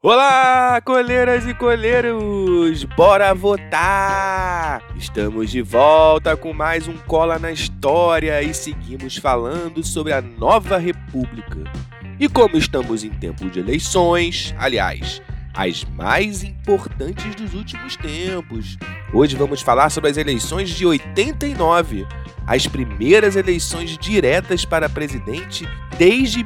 Olá, coleiras e coleiros! Bora votar! Estamos de volta com mais um Cola na História e seguimos falando sobre a Nova República. E como estamos em tempo de eleições, aliás, as mais importantes dos últimos tempos, hoje vamos falar sobre as eleições de 89, as primeiras eleições diretas para presidente desde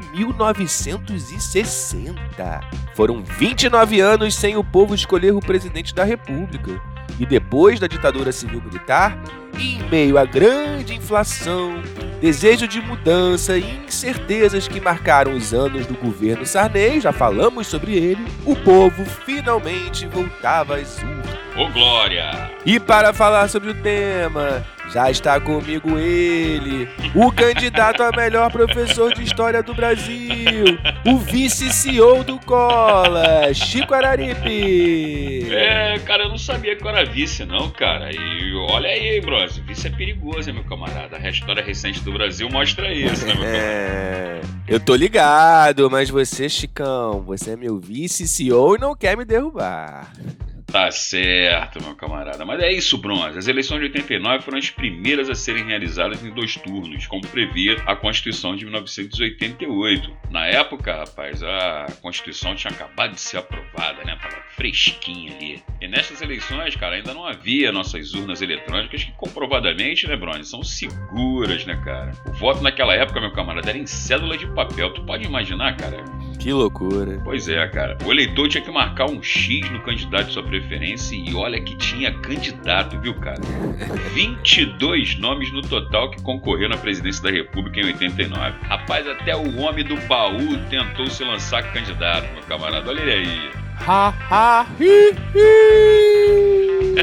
1960. Foram 29 anos sem o povo escolher o presidente da República. E depois da ditadura civil-militar, e em meio à grande inflação, desejo de mudança e incertezas que marcaram os anos do governo Sarney, já falamos sobre ele, o povo finalmente voltava às urnas. Ô Glória! E para falar sobre o tema, já está comigo ele, o candidato a melhor professor de história do Brasil, o vice-CEO do Cola, Chico Araripe. Cara, eu não sabia que eu era vice não, cara. E olha aí, Bros, vice é perigoso, hein, meu camarada. A história recente do Brasil mostra isso, né, meu camarada? Eu tô ligado, mas você, Chicão, você é meu vice-CEO e não quer me derrubar. Tá certo, meu camarada. Mas é isso, Bronze. As eleições de 89 foram as primeiras a serem realizadas em 2 turnos, como previa a Constituição de 1988. Na época, rapaz, a Constituição tinha acabado de ser aprovada, né? Tava fresquinha ali. E nessas eleições, cara, ainda não havia nossas urnas eletrônicas que comprovadamente, né, Bronze, são seguras, né, cara? O voto naquela época, meu camarada, era em cédula de papel. Tu pode imaginar, cara? Que loucura. Pois é, cara. O eleitor tinha que marcar um X no candidato de sua preferência e olha que tinha candidato, viu, cara? 22 nomes no total que concorreram à presidência da República em 89. Rapaz, até o homem do baú tentou se lançar candidato, meu camarada. Olha ele aí. Ha, ha, hi, hi.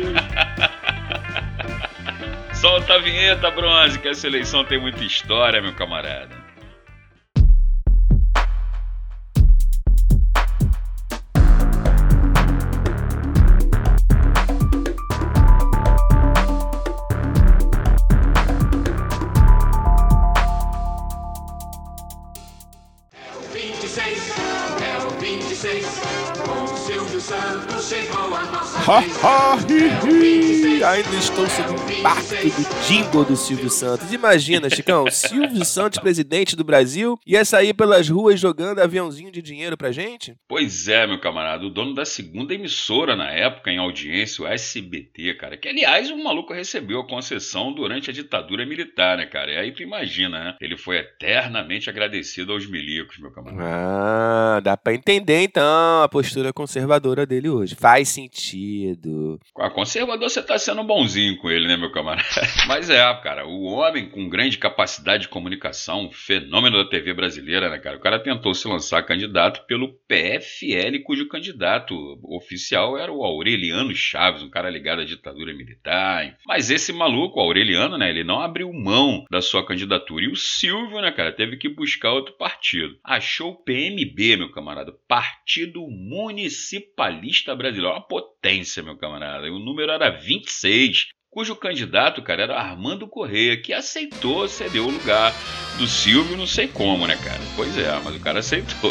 Solta a vinheta, Bronze, que essa eleição tem muita história, meu camarada. Ha, ha, hi, hi. Ainda estou sob o impacto do jingle do Silvio Santos. Imagina, Chicão, Silvio Santos, presidente do Brasil, ia sair pelas ruas jogando aviãozinho de dinheiro pra gente? Pois é, meu camarada, o dono da segunda emissora na época em audiência, o SBT, cara, que aliás o maluco recebeu a concessão durante a ditadura militar, né, cara? E aí tu imagina, né? Ele foi eternamente agradecido aos milicos, meu camarada. Ah, dá pra entender então a postura conservadora dele hoje. Faz sentido. A conservador você tá sendo bonzinho com ele, né, meu camarada? Mas cara, o homem com grande capacidade de comunicação, um fenômeno da TV brasileira, né, cara? O cara tentou se lançar candidato pelo PFL, cujo candidato oficial era o Aureliano Chaves, um cara ligado à ditadura militar. Mas esse maluco, o Aureliano, né, ele não abriu mão da sua candidatura. E o Silvio, né, cara, teve que buscar outro partido. Achou o PMB, meu camarada, Partido Municipalista Brasileiro. Uma potência, meu camarada. E o número era 26, cujo candidato, cara, era Armando Correia, que aceitou ceder o lugar do Silvio, não sei como, né, cara? Pois é, mas o cara aceitou.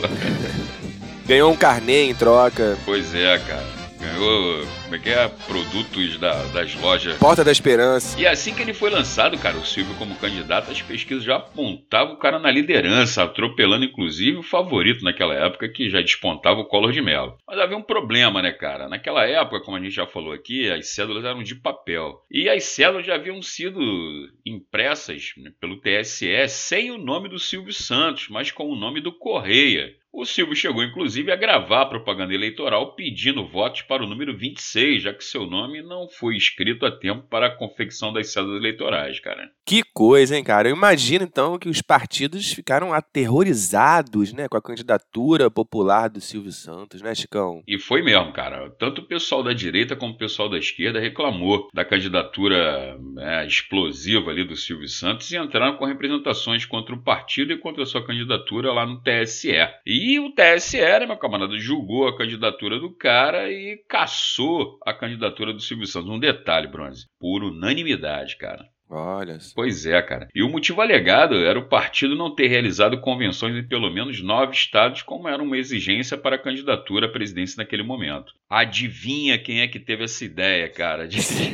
Ganhou um carnê em troca. Pois é, cara. Ganhou, como é que é? Produtos das lojas Porta da Esperança. E assim que ele foi lançado, cara, o Silvio como candidato, as pesquisas já apontavam o cara na liderança, atropelando inclusive o favorito naquela época, que já despontava o Collor de Mello. Mas havia um problema, né, cara? Naquela época, como a gente já falou aqui, as cédulas eram de papel. E as cédulas já haviam sido impressas, né, pelo TSE sem o nome do Silvio Santos, mas com o nome do Correia. O Silvio chegou, inclusive, a gravar a propaganda eleitoral pedindo votos para o número 26, já que seu nome não foi escrito a tempo para a confecção das cédulas eleitorais, cara. Que coisa, hein, cara? Eu imagino, então, que os partidos ficaram aterrorizados, né, com a candidatura popular do Silvio Santos, né, Chicão? E foi mesmo, cara. Tanto o pessoal da direita como o pessoal da esquerda reclamou da candidatura explosiva ali do Silvio Santos e entraram com representações contra o partido e contra a sua candidatura lá no TSE. E o TSE, né, meu camarada, julgou a candidatura do cara e cassou a candidatura do Silvio Santos. Um detalhe, Bronze, por unanimidade, cara. Olha. Pois é, cara. E o motivo alegado era o partido não ter realizado convenções em pelo menos 9 estados, como era uma exigência para a candidatura à presidência naquele momento. Adivinha quem é que teve essa ideia, cara,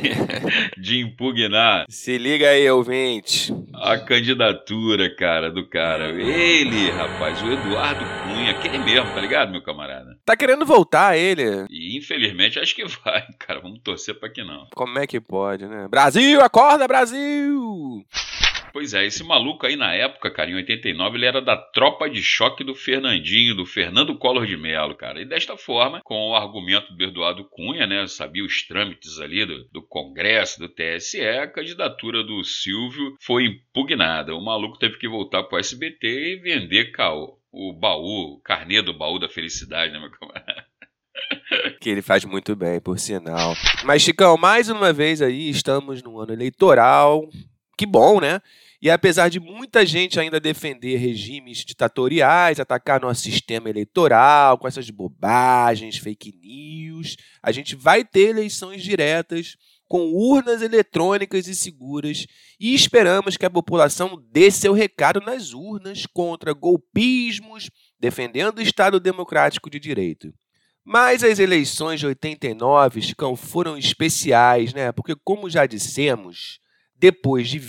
de impugnar Se liga aí, ouvinte. a candidatura, cara, do cara. Ele, rapaz, o Eduardo Cunha, aquele mesmo, tá ligado, meu camarada? Tá querendo voltar ele? E infelizmente acho que vai, cara. Vamos torcer pra que não. Como é que pode, né? Brasil, acorda, Brasil! Pois é, esse maluco aí na época, cara, em 89, ele era da tropa de choque do Fernandinho, do Fernando Collor de Mello, cara. E desta forma, com o argumento do Eduardo Cunha, né, sabia os trâmites ali do Congresso, do TSE, a candidatura do Silvio foi impugnada. O maluco teve que voltar pro SBT e vender o baú, o carnê do baú da felicidade, né, meu camarada? Que ele faz muito bem, por sinal. Mas, Chicão, mais uma vez aí, estamos no ano eleitoral. Que bom, né? E apesar de muita gente ainda defender regimes ditatoriais, atacar nosso sistema eleitoral com essas bobagens, fake news, a gente vai ter eleições diretas com urnas eletrônicas e seguras e esperamos que a população dê seu recado nas urnas contra golpismos, defendendo o Estado Democrático de Direito. Mas as eleições de 89, Chicão, foram especiais, né? Porque, como já dissemos, depois de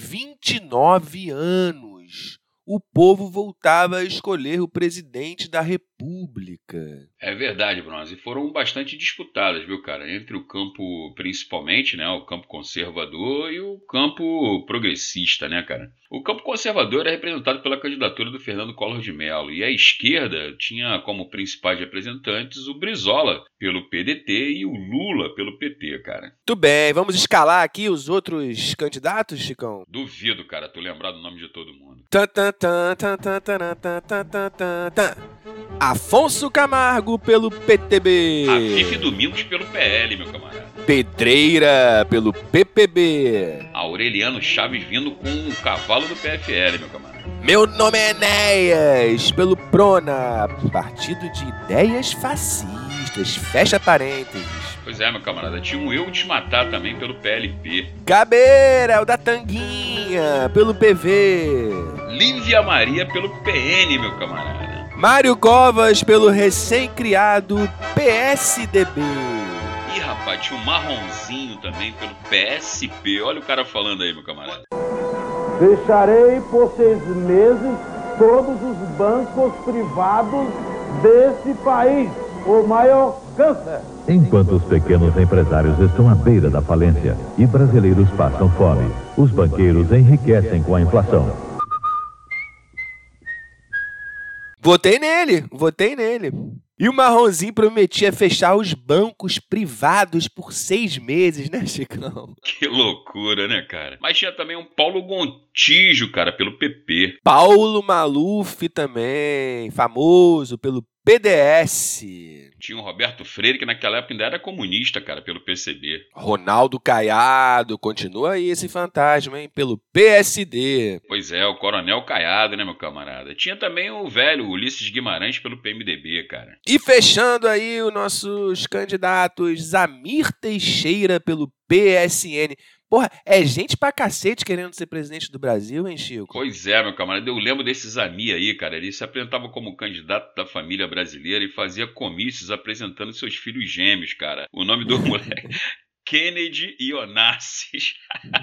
29 anos, o povo voltava a escolher o presidente da República. É verdade, Bronze. E foram bastante disputadas, viu, cara? Entre o campo, principalmente, né? O campo conservador e o campo progressista, né, cara? O campo conservador é representado pela candidatura do Fernando Collor de Mello. E a esquerda tinha como principais representantes o Brizola, pelo PDT, e o Lula, pelo PT, cara. Tudo bem, vamos escalar aqui os outros candidatos, Chicão? Duvido, cara, tu lembrar do nome de todo mundo. Afonso Camargo pelo PTB. Afife Domingos pelo PL, meu camarada. Pedreira pelo PPB. Aureliano Chaves vindo com o cavalo do PFL, meu camarada. Meu nome é Enéas pelo Prona, partido de ideias fascistas, fecha parênteses. Pois é, meu camarada, tinha um Eu Te Matar também pelo PLP. Gabeira, o da Tanguinha, pelo PV. Lívia Maria pelo PN, meu camarada. Mário Covas pelo recém-criado PSDB. Ih, rapaz, tinha um Marronzinho também pelo PSP. Olha o cara falando aí, meu camarada. Fecharei por 6 meses todos os bancos privados desse país. O maior câncer. Enquanto os pequenos empresários estão à beira da falência e brasileiros passam fome, os banqueiros enriquecem com a inflação. Votei nele. E o Marronzinho prometia fechar os bancos privados por 6 meses, né, Chicão? Que loucura, né, cara? Mas tinha também um Paulo Gontijo, cara, pelo PP. Paulo Maluf também, famoso pelo PDS. Tinha o Roberto Freire, que naquela época ainda era comunista, cara, pelo PCB. Ronaldo Caiado, continua aí esse fantasma, hein, pelo PSD. Pois é, o Coronel Caiado, né, meu camarada? Tinha também o velho Ulisses Guimarães pelo PMDB, cara. E fechando aí os nossos candidatos, Zamir Teixeira pelo PSN. Porra, é gente pra cacete querendo ser presidente do Brasil, hein, Chico? Pois é, meu camarada. Eu lembro desses Zami aí, cara. Ele se apresentava como candidato da família brasileira e fazia comícios apresentando seus filhos gêmeos, cara. O nome do moleque, Kennedy e Onassis.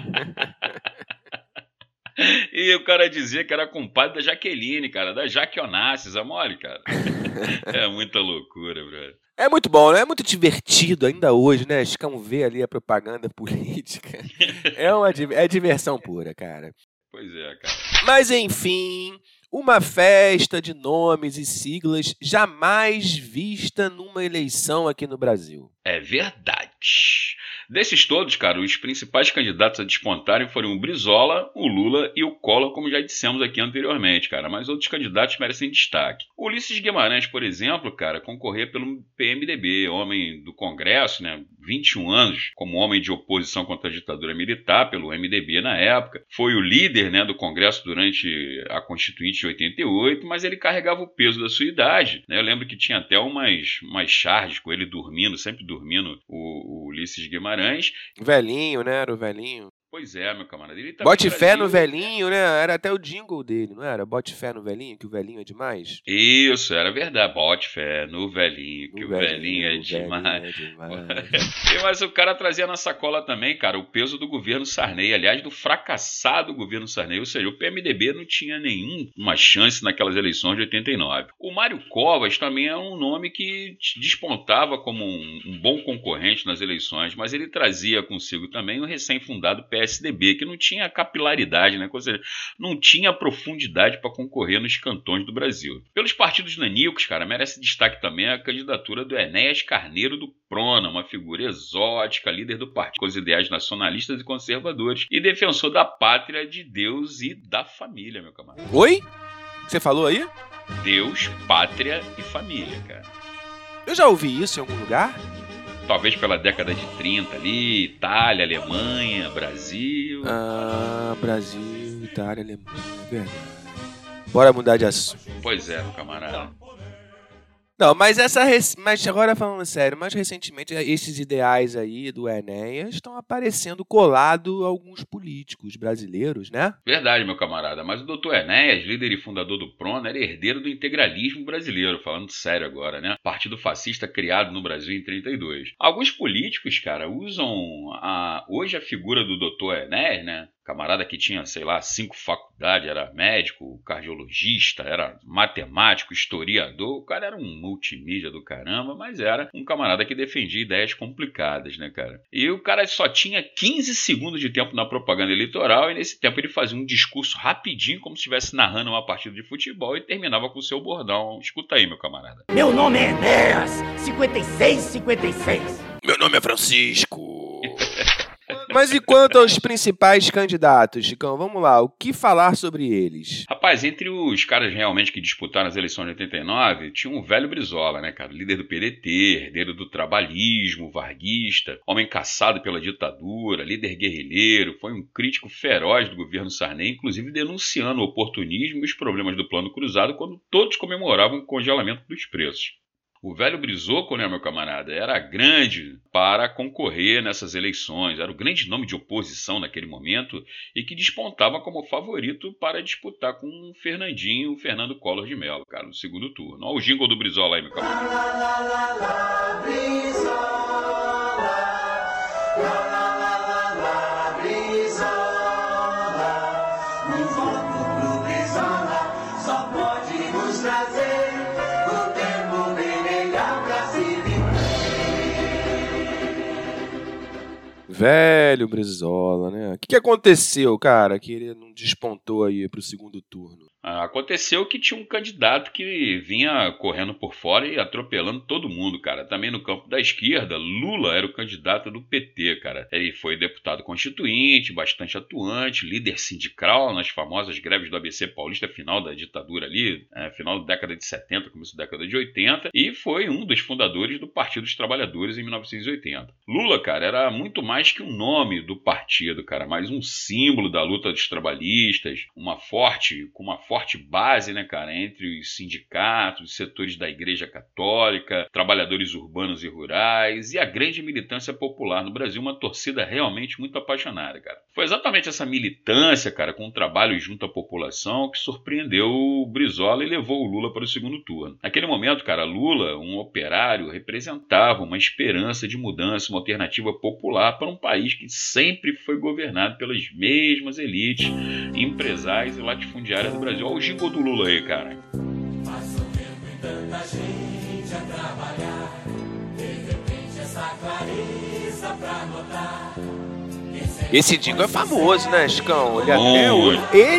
E o cara dizia que era compadre da Jaqueline, cara. Da Jaque Onassis, a mole, cara. É muita loucura, brother. É muito bom, né? É muito divertido ainda hoje, né? Chicão ver ali a propaganda política. É diversão pura, cara. Pois é, cara. Mas enfim, uma festa de nomes e siglas jamais vista numa eleição aqui no Brasil. É verdade. Desses todos, cara, os principais candidatos a despontarem foram o Brizola, o Lula e o Collor, como já dissemos aqui anteriormente, cara. Mas outros candidatos merecem destaque. O Ulisses Guimarães, por exemplo, cara, concorria pelo PMDB, homem do Congresso, né? 21 anos como homem de oposição contra a ditadura militar pelo MDB na época. Foi o líder, né, do Congresso durante a Constituinte de 88, mas ele carregava o peso da sua idade, né? Eu lembro que tinha até umas charges com ele dormindo, sempre dormindo, o Ulisses Guimarães. Velhinho, né? Era o velhinho. Pois é, meu camarada. Ele também Bote fé no velhinho, né? Era até o jingle dele, não era? Bote fé no velhinho, que o velhinho é demais. Isso, era verdade. Bote fé no velhinho, que o velhinho é demais. Mas o cara trazia na sacola também, cara, o peso do governo Sarney. Aliás, do fracassado governo Sarney. Ou seja, o PMDB não tinha nenhuma chance naquelas eleições de 89. O Mário Covas também é um nome que despontava como um bom concorrente nas eleições, mas ele trazia consigo também o recém-fundado PSDB, que não tinha capilaridade, né? Ou seja, não tinha profundidade para concorrer nos cantões do Brasil. Pelos partidos nanicos, cara, merece destaque também a candidatura do Enéas Carneiro do Prona, uma figura exótica, líder do partido com os ideais nacionalistas e conservadores e defensor da pátria, de Deus e da família, meu camarada. Oi? O que você falou aí? Deus, pátria e família, cara. Eu já ouvi isso em algum lugar? Talvez pela década de 30 ali, Itália, Alemanha, Brasil. Brasil, Itália, Alemanha, é verdade. Bora mudar de assunto. Pois é, meu camarada. Não, mas mas agora falando sério, mais recentemente esses ideais aí do Enéas estão aparecendo colado a alguns políticos brasileiros, né? Verdade, meu camarada, mas o Dr. Enéas, líder e fundador do PRONA, era herdeiro do integralismo brasileiro, falando sério agora, né? Partido fascista criado no Brasil em 32. Alguns políticos, cara, usam hoje a figura do Dr. Enéas, né? Camarada que tinha, sei lá, 5 faculdades, era médico, cardiologista, era matemático, historiador. O cara era um multimídia do caramba, mas era um camarada que defendia ideias complicadas, né, cara? E o cara só tinha 15 segundos de tempo na propaganda eleitoral e nesse tempo ele fazia um discurso rapidinho, como se estivesse narrando uma partida de futebol e terminava com o seu bordão. Escuta aí, meu camarada. Meu nome é Enéas, 5656. Meu nome é Francisco. Mas e quanto aos principais candidatos, Chicão? Vamos lá, o que falar sobre eles? Rapaz, entre os caras realmente que disputaram as eleições de 89, tinha um velho Brizola, né, cara? Líder do PDT, herdeiro do trabalhismo, varguista, homem caçado pela ditadura, líder guerrilheiro, foi um crítico feroz do governo Sarney, inclusive denunciando o oportunismo e os problemas do Plano Cruzado quando todos comemoravam o congelamento dos preços. O velho Brizoco, né, meu camarada, era grande para concorrer nessas eleições, era o grande nome de oposição naquele momento e que despontava como favorito para disputar com o Fernando Collor de Mello, cara, no segundo turno. Olha o jingle do Brizola aí, meu camarada. Brizola. Velho Brizola, né? O que aconteceu, cara, que ele não despontou aí pro segundo turno? Aconteceu que tinha um candidato que vinha correndo por fora e atropelando todo mundo, cara. Também no campo da esquerda, Lula era o candidato do PT, cara. Ele foi deputado constituinte, bastante atuante, líder sindical nas famosas greves do ABC Paulista, final da ditadura ali, final da década de 70, começo da década de 80, e foi um dos fundadores do Partido dos Trabalhadores em 1980. Lula, cara, era muito mais que um nome do partido, cara, mas um símbolo da luta dos trabalhistas, com uma forte base, né, cara, entre os sindicatos, os setores da Igreja Católica, trabalhadores urbanos e rurais e a grande militância popular no Brasil, uma torcida realmente muito apaixonada, cara. Foi exatamente essa militância, cara, com o trabalho junto à população que surpreendeu o Brizola e levou o Lula para o segundo turno. Naquele momento, cara, Lula, um operário, representava uma esperança de mudança, uma alternativa popular para um país que sempre foi governado pelas mesmas elites, empresárias e latifundiárias do Brasil. Olha o jingle do Lula aí, cara. Passou tempo e tanta gente a trabalhar, de repente essa clareza pra notar. Esse jingle é famoso, né, Chicão? Até hoje.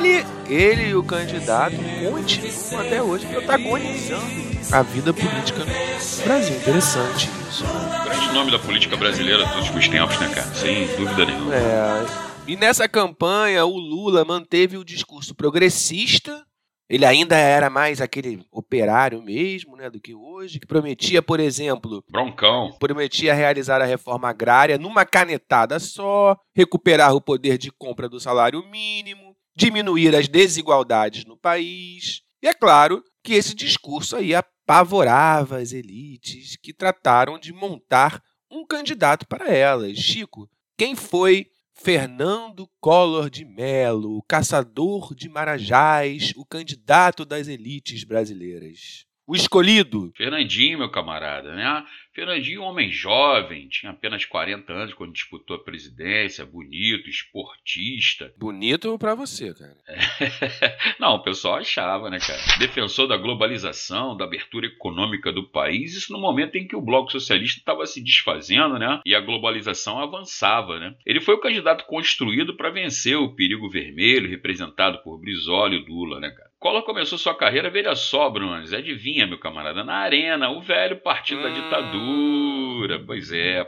Ele e o candidato continuam até hoje protagonizando a vida política no Brasil. Interessante isso. O grande nome da política brasileira todos os tempos, né, cara? Sem dúvida nenhuma. E nessa campanha, o Lula manteve o discurso progressista. Ele ainda era mais aquele operário mesmo, né, do que hoje, que prometia, por exemplo... Prometia realizar a reforma agrária numa canetada só, recuperar o poder de compra do salário mínimo, diminuir as desigualdades no país. E é claro que esse discurso aí apavorava as elites que trataram de montar um candidato para elas. Chico, quem foi Fernando Collor de Mello, o caçador de marajás, o candidato das elites brasileiras. O escolhido. Fernandinho, meu camarada, né? Fernandinho, homem jovem, tinha apenas 40 anos quando disputou a presidência, bonito, esportista. Bonito pra você, cara. Não, o pessoal achava, né, cara? Defensor da globalização, da abertura econômica do país, isso no momento em que o Bloco Socialista estava se desfazendo, né? E a globalização avançava, né? Ele foi o candidato construído para vencer o perigo vermelho, representado por Brizola e Lula, né, cara? Collor começou sua carreira, veja só, Brunes, adivinha, meu camarada, na Arena, o velho partido da ditadura. Pois é,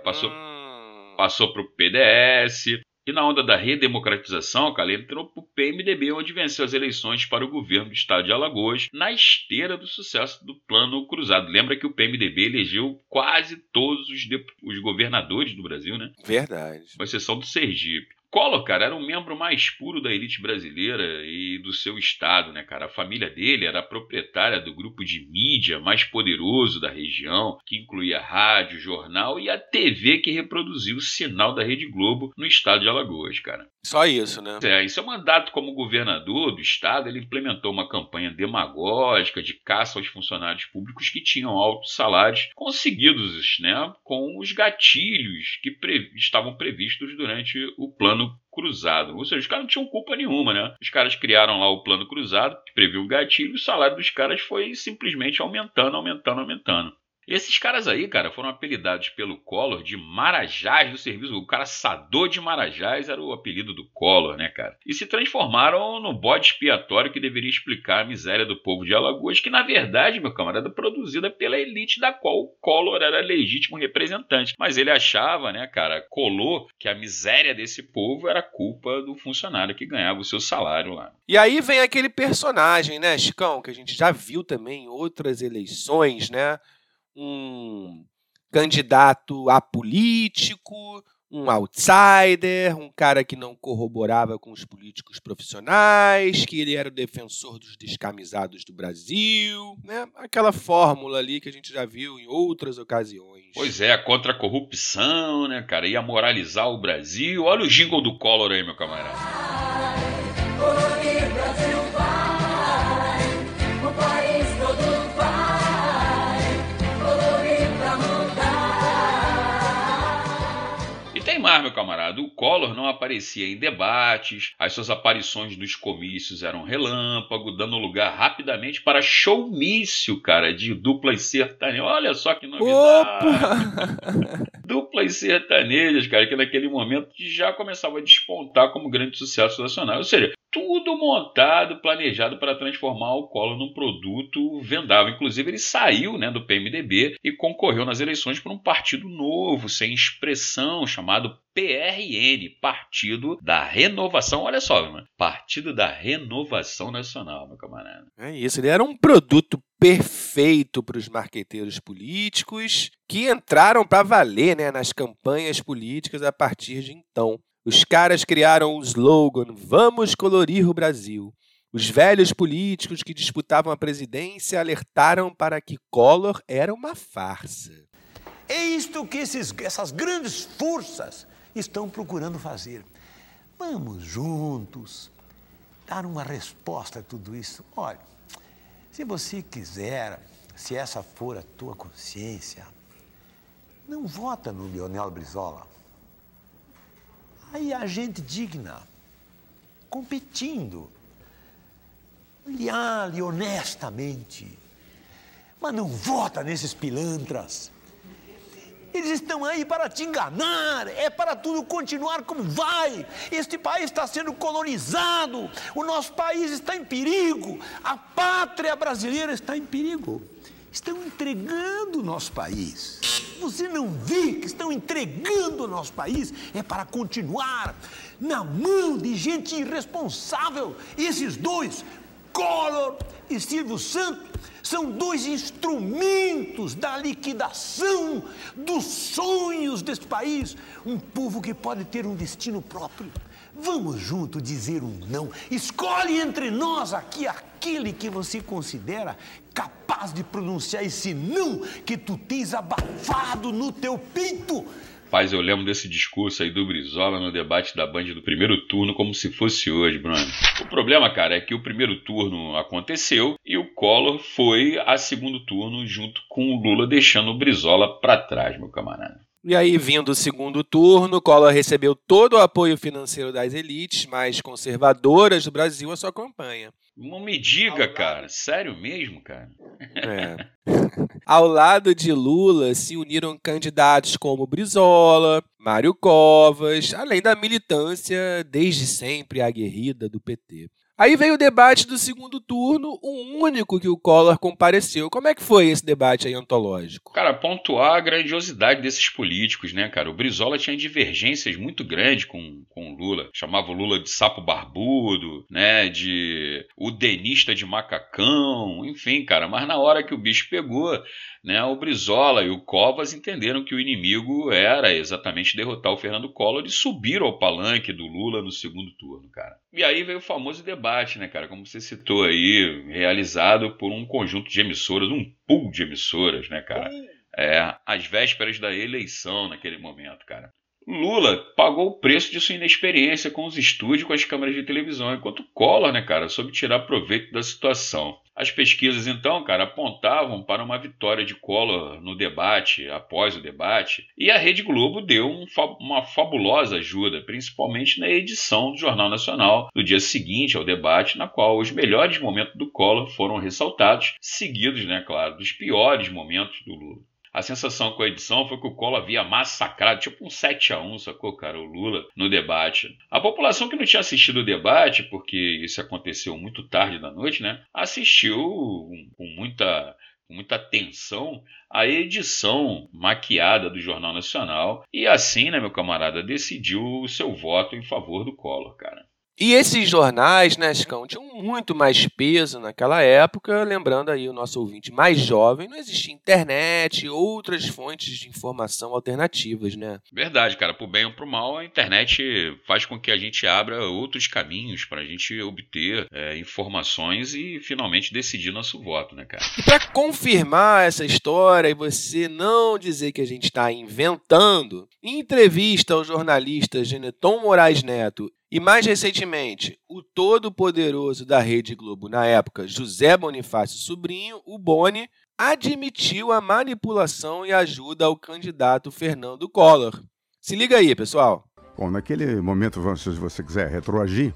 passou pro PDS. E na onda da redemocratização, cara, ele entrou pro PMDB, onde venceu as eleições para o governo do estado de Alagoas, na esteira do sucesso do Plano Cruzado. Lembra que o PMDB elegeu quase todos os governadores do Brasil, né? Verdade. Com exceção do Sergipe. Collor, cara, era um membro mais puro da elite brasileira e do seu estado, né, cara? A família dele era proprietária do grupo de mídia mais poderoso da região, que incluía rádio, jornal e a TV que reproduziu o sinal da Rede Globo no estado de Alagoas, cara. Só isso, né? Em seu mandato como governador do estado, ele implementou uma campanha demagógica de caça aos funcionários públicos que tinham altos salários conseguidos, né, com os gatilhos que estavam previstos durante o Plano Cruzado. Ou seja, os caras não tinham culpa nenhuma, né? Os caras criaram lá o Plano Cruzado, que previu o gatilho, e o salário dos caras foi simplesmente aumentando. E esses caras aí, cara, foram apelidados pelo Collor de Marajás do serviço. O caçador de Marajás era o apelido do Collor, né, cara? E se transformaram no bode expiatório que deveria explicar a miséria do povo de Alagoas, que, na verdade, meu camarada, produzida pela elite da qual o Collor era legítimo representante. Mas ele achava, né, cara, Collor, que a miséria desse povo era culpa do funcionário que ganhava o seu salário lá. E aí vem aquele personagem, né, Chicão, que a gente já viu também em outras eleições, né? Um candidato apolítico, um outsider, um cara que não corroborava com os políticos profissionais, que ele era o defensor dos descamisados do Brasil, né? Aquela fórmula ali que a gente já viu em outras ocasiões. Pois é, contra a corrupção, né, cara? Ia moralizar o Brasil. Olha o jingle do Collor aí, meu camarada. Colorir Brasil vai, o país todo vai, colorir pra mudar. E tem mais, meu camarada. O Collor não aparecia em debates, as suas aparições nos comícios eram relâmpago, dando lugar rapidamente para showmício, cara, de duplas sertanejas. Olha só que novidade! Opa! Duplas sertanejas, cara, que naquele momento já começava a despontar como grande sucesso nacional. Ou seja, tudo montado, planejado para transformar o Collor num produto vendável. Inclusive, ele saiu, né, do PMDB e concorreu nas eleições por um partido novo, sem expressão, chamado PRN, Partido da Renovação. Olha só, mano, Partido da Renovação Nacional, meu camarada. É isso, ele era um produto perfeito para os marqueteiros políticos que entraram para valer, né, nas campanhas políticas a partir de então. Os caras criaram o slogan "Vamos colorir o Brasil". Os velhos políticos que disputavam a presidência alertaram para que Collor era uma farsa. É isto que essas grandes forças estão procurando fazer. Vamos juntos dar uma resposta a tudo isso. Olha, se você quiser, se essa for a tua consciência, não vota no Leonel Brizola. Aí a gente digna, competindo, leal e honestamente, mas não vota nesses pilantras. Eles estão aí para te enganar, é para tudo continuar como vai. Este país está sendo colonizado, o nosso país está em perigo, a pátria brasileira está em perigo. Estão entregando o nosso país. Você não vê que estão entregando o nosso país? É para continuar na mão de gente irresponsável. Esses dois, Collor e Silvio Santos, são dois instrumentos da liquidação dos sonhos desse país. Um povo que pode ter um destino próprio. Vamos junto dizer um não. Escolhe entre nós aqui aquele que você considera capaz de pronunciar esse não que tu tens abafado no teu peito. Rapaz, eu lembro desse discurso aí do Brizola no debate da Band do primeiro turno como se fosse hoje, Bruno. O problema, cara, é que o primeiro turno aconteceu e o Collor foi a segundo turno junto com o Lula, deixando o Brizola para trás, meu camarada. E aí, vindo o segundo turno, Collor recebeu todo o apoio financeiro das elites mais conservadoras do Brasil à sua campanha. Não me diga, cara. Sério mesmo, cara? É. Ao lado de Lula se uniram candidatos como Brizola, Mário Covas, além da militância desde sempre aguerrida do PT. Aí veio o debate do segundo turno, o único que o Collor compareceu. Como é que foi esse debate aí antológico? Cara, pontuar a grandiosidade desses políticos, né, cara? O Brizola tinha divergências muito grandes com o Lula. Chamava o Lula de sapo barbudo, né, de o denista de macacão, enfim, cara. Mas na hora que o bicho pegou, né, o Brizola e o Covas entenderam que o inimigo era exatamente derrotar o Fernando Collor e subiram ao palanque do Lula no segundo turno, cara. E aí veio o famoso debate, né, cara, como você citou aí, realizado por um conjunto de emissoras, um pool de emissoras, né, cara, às vésperas da eleição naquele momento, cara. Lula pagou o preço de sua inexperiência com os estúdios e com as câmeras de televisão, enquanto Collor, né, cara, soube tirar proveito da situação. As pesquisas, então, cara, apontavam para uma vitória de Collor no debate, após o debate, e a Rede Globo deu uma fabulosa ajuda, principalmente na edição do Jornal Nacional, no dia seguinte ao debate, na qual os melhores momentos do Collor foram ressaltados, seguidos, né, claro, dos piores momentos do Lula. A sensação com a edição foi que o Collor havia massacrado, tipo um 7-1, sacou, cara, o Lula no debate. A população que não tinha assistido o debate, porque isso aconteceu muito tarde da noite, né, assistiu com muita atenção a edição maquiada do Jornal Nacional e assim, né, meu camarada, decidiu o seu voto em favor do Collor, cara. E esses jornais, né, Chicão, tinham muito mais peso naquela época, lembrando aí o nosso ouvinte mais jovem, não existia internet, outras fontes de informação alternativas, né? Verdade, cara, pro bem ou pro mal, a internet faz com que a gente abra outros caminhos para a gente obter informações e finalmente decidir nosso voto, né, cara? E para confirmar essa história e você não dizer que a gente está inventando, em entrevista ao jornalista Geneton Moraes Neto e, mais recentemente, o todo-poderoso da Rede Globo na época, José Bonifácio Sobrinho, o Boni, admitiu a manipulação e ajuda ao candidato Fernando Collor. Se liga aí, pessoal. Bom, naquele momento, se você quiser retroagir,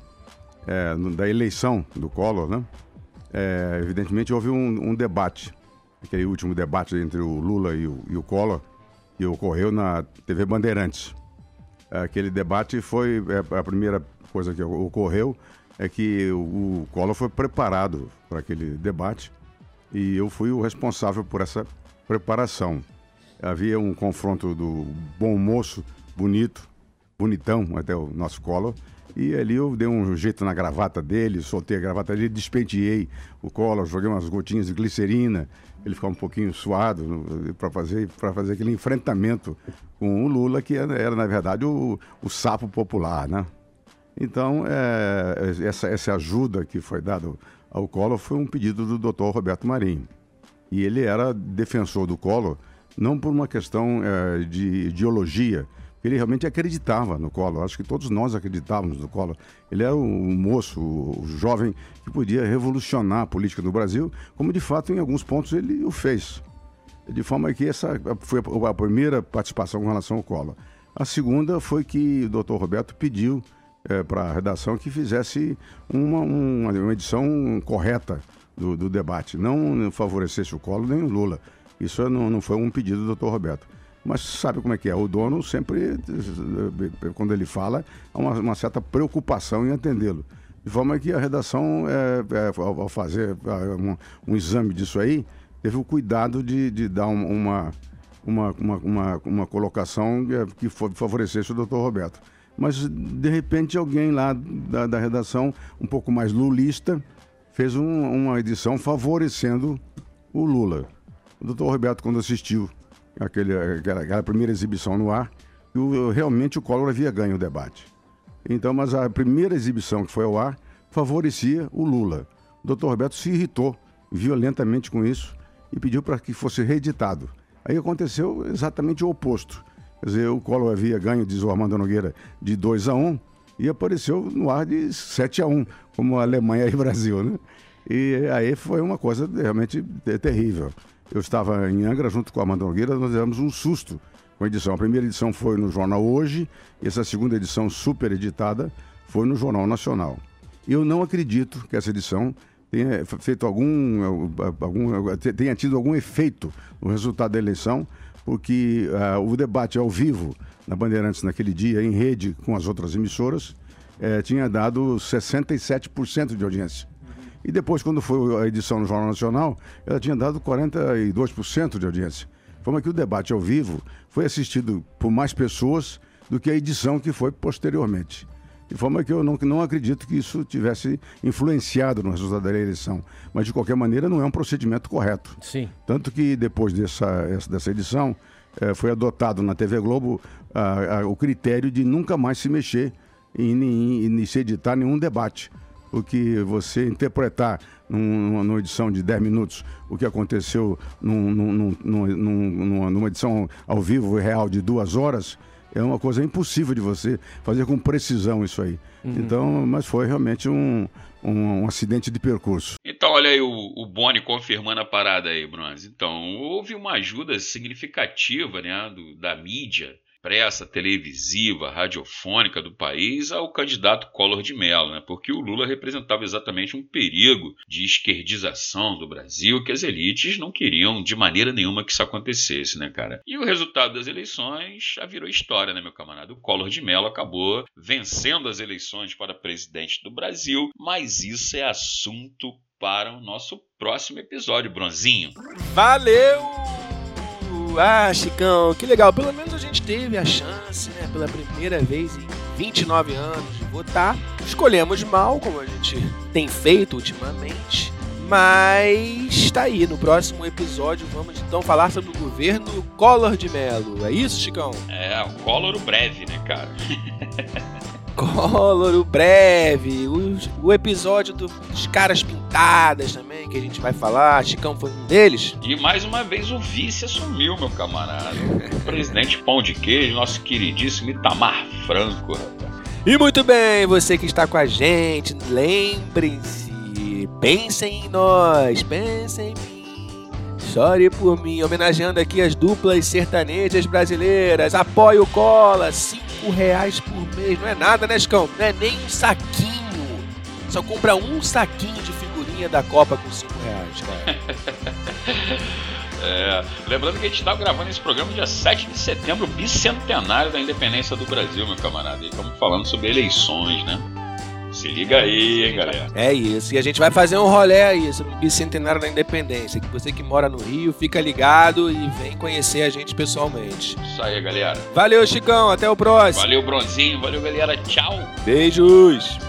da eleição do Collor, né? Evidentemente houve um debate, aquele último debate entre o Lula e o Collor, que ocorreu na TV Bandeirantes. Aquele debate foi a primeira coisa que ocorreu, é que o Collor foi preparado para aquele debate e eu fui o responsável por essa preparação. Havia um confronto do bom moço, bonitão até o nosso Collor, e ali eu dei um jeito na gravata dele, soltei a gravata dele, despenteei o Collor, joguei umas gotinhas de glicerina, ele ficava um pouquinho suado para fazer aquele enfrentamento com o Lula, que era na verdade, o sapo popular, né? Então, essa ajuda que foi dada ao Collor foi um pedido do Dr. Roberto Marinho. E ele era defensor do Collor, não por uma questão de ideologia, ele realmente acreditava no Collor. Acho que todos nós acreditávamos no Collor. Ele era um moço, o jovem que podia revolucionar a política no Brasil, como de fato em alguns pontos ele o fez. De forma que essa foi a primeira participação com relação ao Collor. A segunda foi que o Dr. Roberto pediu para a redação que fizesse uma edição correta do debate. Não favorecesse o Collor nem o Lula. Isso não foi um pedido do Dr. Roberto. Mas sabe como é que é? O dono sempre, quando ele fala, há uma certa preocupação em atendê-lo. De forma que a redação, ao fazer um exame disso aí, teve o cuidado de dar uma colocação que favorecesse o Dr. Roberto. Mas, de repente, alguém lá da redação, um pouco mais lulista, fez uma edição favorecendo o Lula. O Dr. Roberto, quando assistiu aquela primeira exibição no ar, realmente o Collor havia ganho o debate. Então, mas a primeira exibição que foi ao ar favorecia o Lula. O Dr. Roberto se irritou violentamente com isso e pediu para que fosse reeditado. Aí aconteceu exatamente o oposto. Quer dizer, o Collor havia ganho, diz o Armando Nogueira, de 2-1 e apareceu no ar de 7-1, como a Alemanha e o Brasil, né? E aí foi uma coisa realmente terrível. Eu estava em Angra junto com o Armando Nogueira, nós demos um susto com a edição. A primeira edição foi no Jornal Hoje, e essa segunda edição super editada foi no Jornal Nacional. Eu não acredito que essa edição tenha feito tenha tido algum efeito no resultado da eleição, porque o debate ao vivo na Bandeirantes naquele dia, em rede com as outras emissoras, tinha dado 67% de audiência. E depois, quando foi a edição no Jornal Nacional, ela tinha dado 42% de audiência. De forma que o debate ao vivo foi assistido por mais pessoas do que a edição que foi posteriormente. De forma que eu não acredito que isso tivesse influenciado no resultado da eleição. Mas, de qualquer maneira, não é um procedimento correto. Sim. Tanto que, depois dessa edição, foi adotado na TV Globo o critério de nunca mais se mexer em se editar nenhum debate. Porque você interpretar numa edição de 10 minutos o que aconteceu numa edição ao vivo e real de 2 horas... é uma coisa impossível de você fazer com precisão isso aí. Então, mas foi realmente um acidente de percurso. Então, olha aí o Boni confirmando a parada aí, Bronze. Então, houve uma ajuda significativa, né, da mídia, impressa, televisiva, radiofônica do país ao candidato Collor de Mello, né? Porque o Lula representava exatamente um perigo de esquerdização do Brasil que as elites não queriam de maneira nenhuma que isso acontecesse, né, cara? E o resultado das eleições já virou história, né, meu camarada? O Collor de Mello acabou vencendo as eleições para presidente do Brasil, mas isso é assunto para o nosso próximo episódio, Bronzinho. Valeu! Ah, Chicão, que legal. Pelo menos a gente teve a chance, né, pela primeira vez em 29 anos de votar. Escolhemos mal, como a gente tem feito ultimamente. Mas tá aí, no próximo episódio vamos então falar sobre o governo Collor de Mello. É isso, Chicão? É, o Collor o breve, né, cara? Collor o breve, o episódio dos caras pintadas também, que a gente vai falar. Chicão foi um deles. E mais uma vez o vice assumiu, meu camarada. O presidente Pão de Queijo, nosso queridíssimo Itamar Franco, rapaz. E muito bem, você que está com a gente, lembrem-se, pensem em nós, pensem em mim, chore por mim, homenageando aqui as duplas sertanejas brasileiras. Apoie o Cola, R$5 por mês, não é nada, né, Chicão? Não é nem um saquinho, só compra um saquinho de figurinha da Copa com R$5, cara. Lembrando que a gente estava gravando esse programa dia 7 de setembro, bicentenário da independência do Brasil, meu camarada. E estamos falando sobre eleições, né? Se liga aí, hein, galera. É isso, e a gente vai fazer um rolê aí sobre o bicentenário da independência. Que você que mora no Rio, fica ligado e vem conhecer a gente pessoalmente. Isso aí, galera. Valeu, Chicão, até o próximo. Valeu, Bronzinho, valeu, galera, tchau. Beijos.